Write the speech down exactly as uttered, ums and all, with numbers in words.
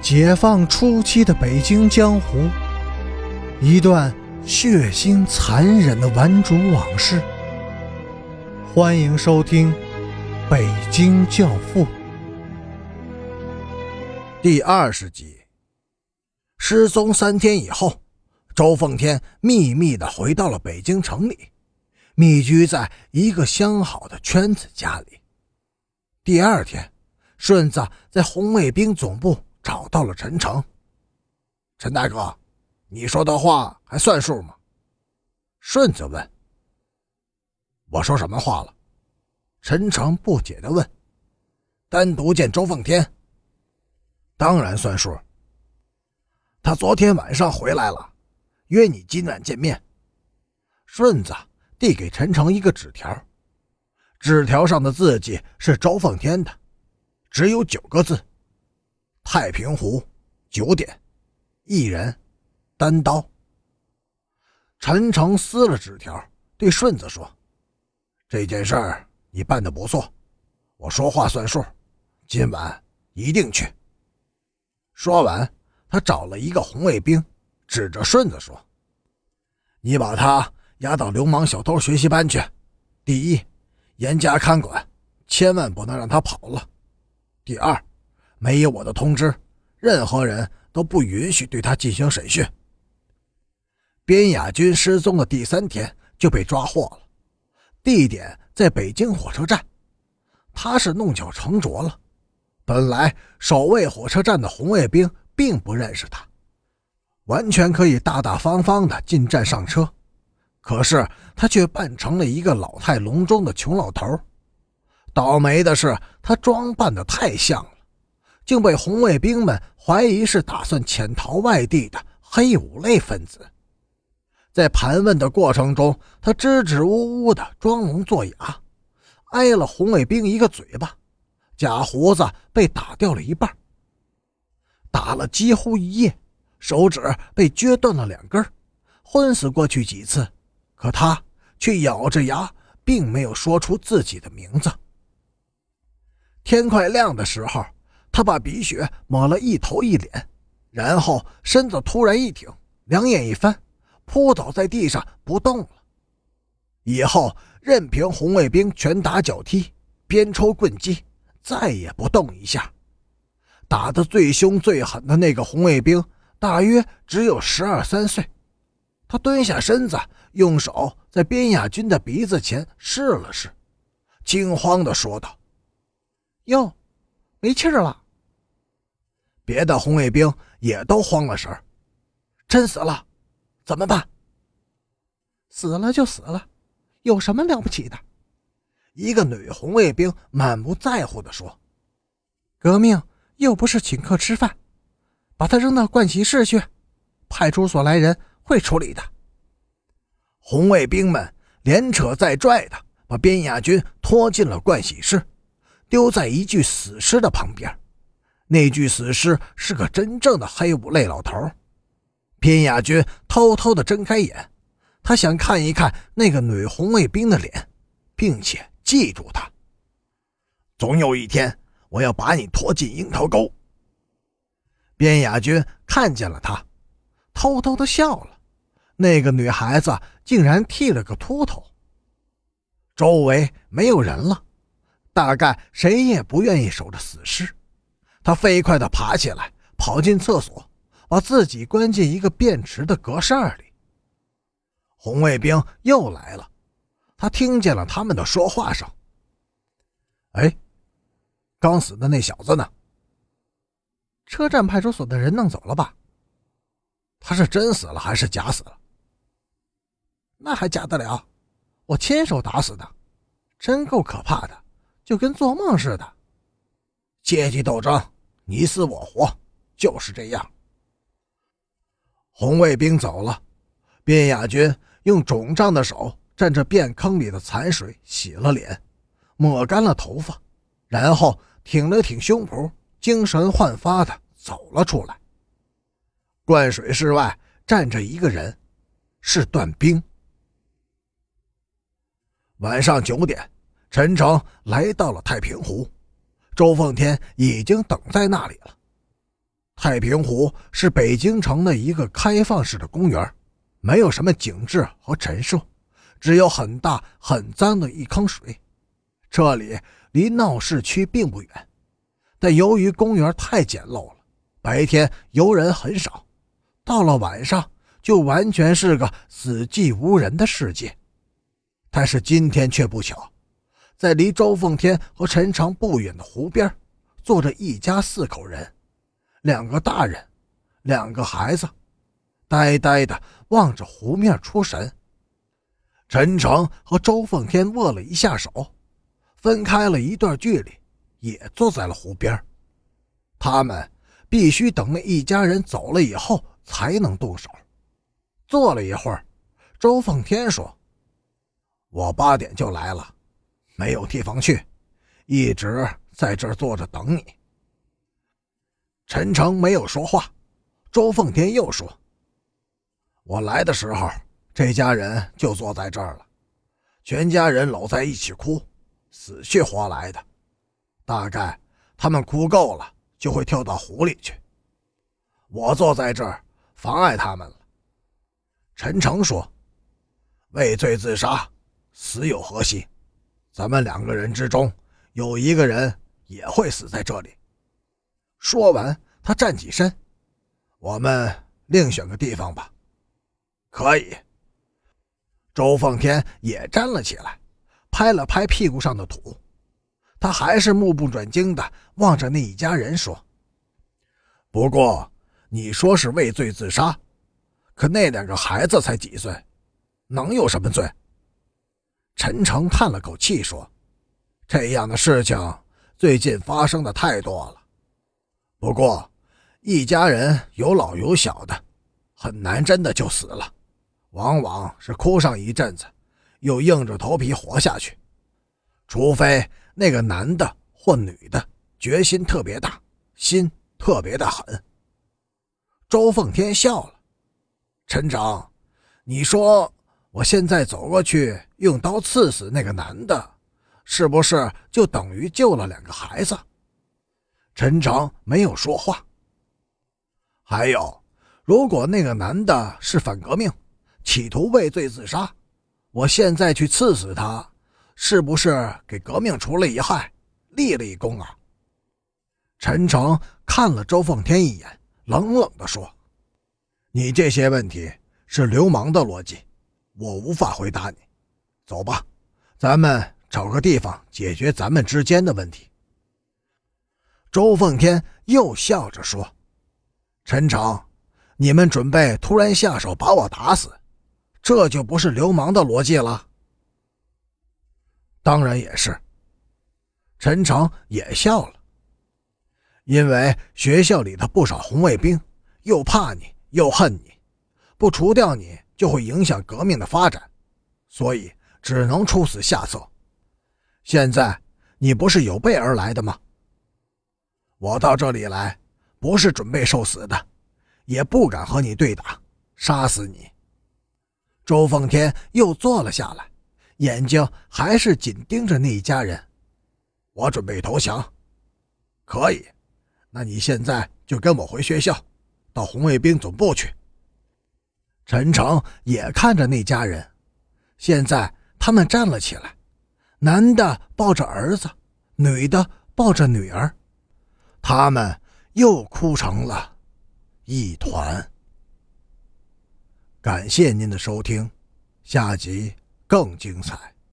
解放初期的北京江湖，一段血腥残忍的顽主往事。欢迎收听《北京教父》 第二十集。失踪三天以后，周奉天秘密地回到了北京城里，密居在一个相好的圈子家里。第二天，顺子在红卫兵总部找到了陈诚。陈大哥，你说的话还算数吗？顺子问。我说什么话了？陈诚不解地问。单独见周奉天？当然算数。他昨天晚上回来了，约你今晚见面。顺子递给陈诚一个纸条，纸条上的字迹是周奉天的，只有九个字：太平湖九点，一人，单刀。陈诚撕了纸条，对顺子说：这件事儿你办得不错，我说话算数，今晚一定去。说完，他找了一个红卫兵，指着顺子说：你把他押到流氓小偷学习班去，第一，严加看管，千万不能让他跑了。第二，没有我的通知，任何人都不允许对他进行审讯。边雅军失踪的第三天就被抓获了，地点在北京火车站。他是弄巧成拙了，本来守卫火车站的红卫兵并不认识他，完全可以大大方方地进站上车，可是他却扮成了一个老态龙钟的穷老头。倒霉的是，他装扮得太像了，竟被红卫兵们怀疑是打算潜逃外地的黑五类分子。在盘问的过程中，他支支吾吾的装聋作哑，挨了红卫兵一个嘴巴，假胡子被打掉了一半，打了几乎一夜，手指被撅断了两根，昏死过去几次，可他却咬着牙，并没有说出自己的名字。天快亮的时候，他把鼻血抹了一头一脸，然后身子突然一挺，两眼一翻，扑倒在地上不动了。以后任凭红卫兵拳打脚踢，鞭抽棍击，再也不动一下。打得最凶最狠的那个红卫兵大约只有十二三岁，他蹲下身子，用手在边雅军的鼻子前试了试，惊慌地说道：哟，没气儿了。别的红卫兵也都慌了神儿，真死了，怎么办？死了就死了，有什么了不起的？一个女红卫兵满不在乎地说：革命又不是请客吃饭，把他扔到盥洗室去，派出所来人会处理的。红卫兵们连扯带拽的把边雅军拖进了盥洗室，丢在一具死尸的旁边。那具死尸是个真正的黑五类老头。边雅军偷偷地睁开眼，他想看一看那个女红卫兵的脸，并且记住她。总有一天我要把你拖进樱桃沟。边雅军看见了他，偷偷地笑了。那个女孩子竟然剃了个秃头。周围没有人了，大概谁也不愿意守着死尸。他飞快地爬起来，跑进厕所，把自己关进一个便池的隔扇里。红卫兵又来了，他听见了他们的说话声。哎，刚死的那小子呢？车站派出所的人弄走了吧？他是真死了还是假死了？那还假得了，我亲手打死的，真够可怕的，就跟做梦似的。阶级斗争，你死我活，就是这样。红卫兵走了，边雅军用肿胀的手蘸着便坑里的残水洗了脸，抹干了头发，然后挺了挺胸脯，精神焕发的走了出来。灌水室外站着一个人，是段兵。晚上九点，陈诚来到了太平湖，周奉天已经等在那里了。 太平湖是北京城的一个开放式的公园，没有什么景致和陈设，只有很大很脏的一坑水。这里离闹市区并不远，但由于公园太简陋了，白天游人很少，到了晚上就完全是个死寂无人的世界。但是今天却不巧，在离周凤天和陈诚不远的湖边，坐着一家四口人，两个大人，两个孩子，呆呆地望着湖面出神。陈诚和周凤天握了一下手，分开了一段距离，也坐在了湖边。他们必须等那一家人走了以后才能动手。坐了一会儿，周凤天说：我八点就来了，没有地方去，一直在这儿坐着等你。陈诚没有说话，周凤天又说：我来的时候，这家人就坐在这儿了，全家人搂在一起哭，死去活来的，大概他们哭够了就会跳到湖里去，我坐在这儿妨碍他们了。陈诚说：畏罪自杀，死有何惜？咱们两个人之中有一个人也会死在这里。说完，他站起身：我们另选个地方吧。可以。周凤天也站了起来，拍了拍屁股上的土，他还是目不转睛地望着那一家人说：不过你说是畏罪自杀，可那两个孩子才几岁，能有什么罪？陈诚叹了口气说：这样的事情最近发生的太多了，不过一家人有老有小的，很难真的就死了，往往是哭上一阵子，又硬着头皮活下去，除非那个男的或女的决心特别大，心特别的狠。周凤天笑了：陈长，你说我现在走过去用刀刺死那个男的，是不是就等于救了两个孩子？陈长没有说话。还有，如果那个男的是反革命，企图畏罪自杀，我现在去刺死他，是不是给革命除了一害，立了一功啊？陈诚看了周凤天一眼，冷冷地说：你这些问题是流氓的逻辑，我无法回答你。走吧，咱们找个地方解决咱们之间的问题。周凤天又笑着说：陈诚，你们准备突然下手把我打死，这就不是流氓的逻辑了？当然也是。陈诚也笑了。因为学校里的不少红卫兵又怕你又恨你，不除掉你就会影响革命的发展，所以只能出此下策。现在你不是有备而来的吗？我到这里来不是准备受死的，也不敢和你对打，杀死你。周凤天又坐了下来，眼睛还是紧盯着那一家人。我准备投降。可以，那你现在就跟我回学校，到红卫兵总部去。陈诚也看着那家人，现在他们站了起来，男的抱着儿子，女的抱着女儿，他们又哭成了一团。感谢您的收听，下集更精彩。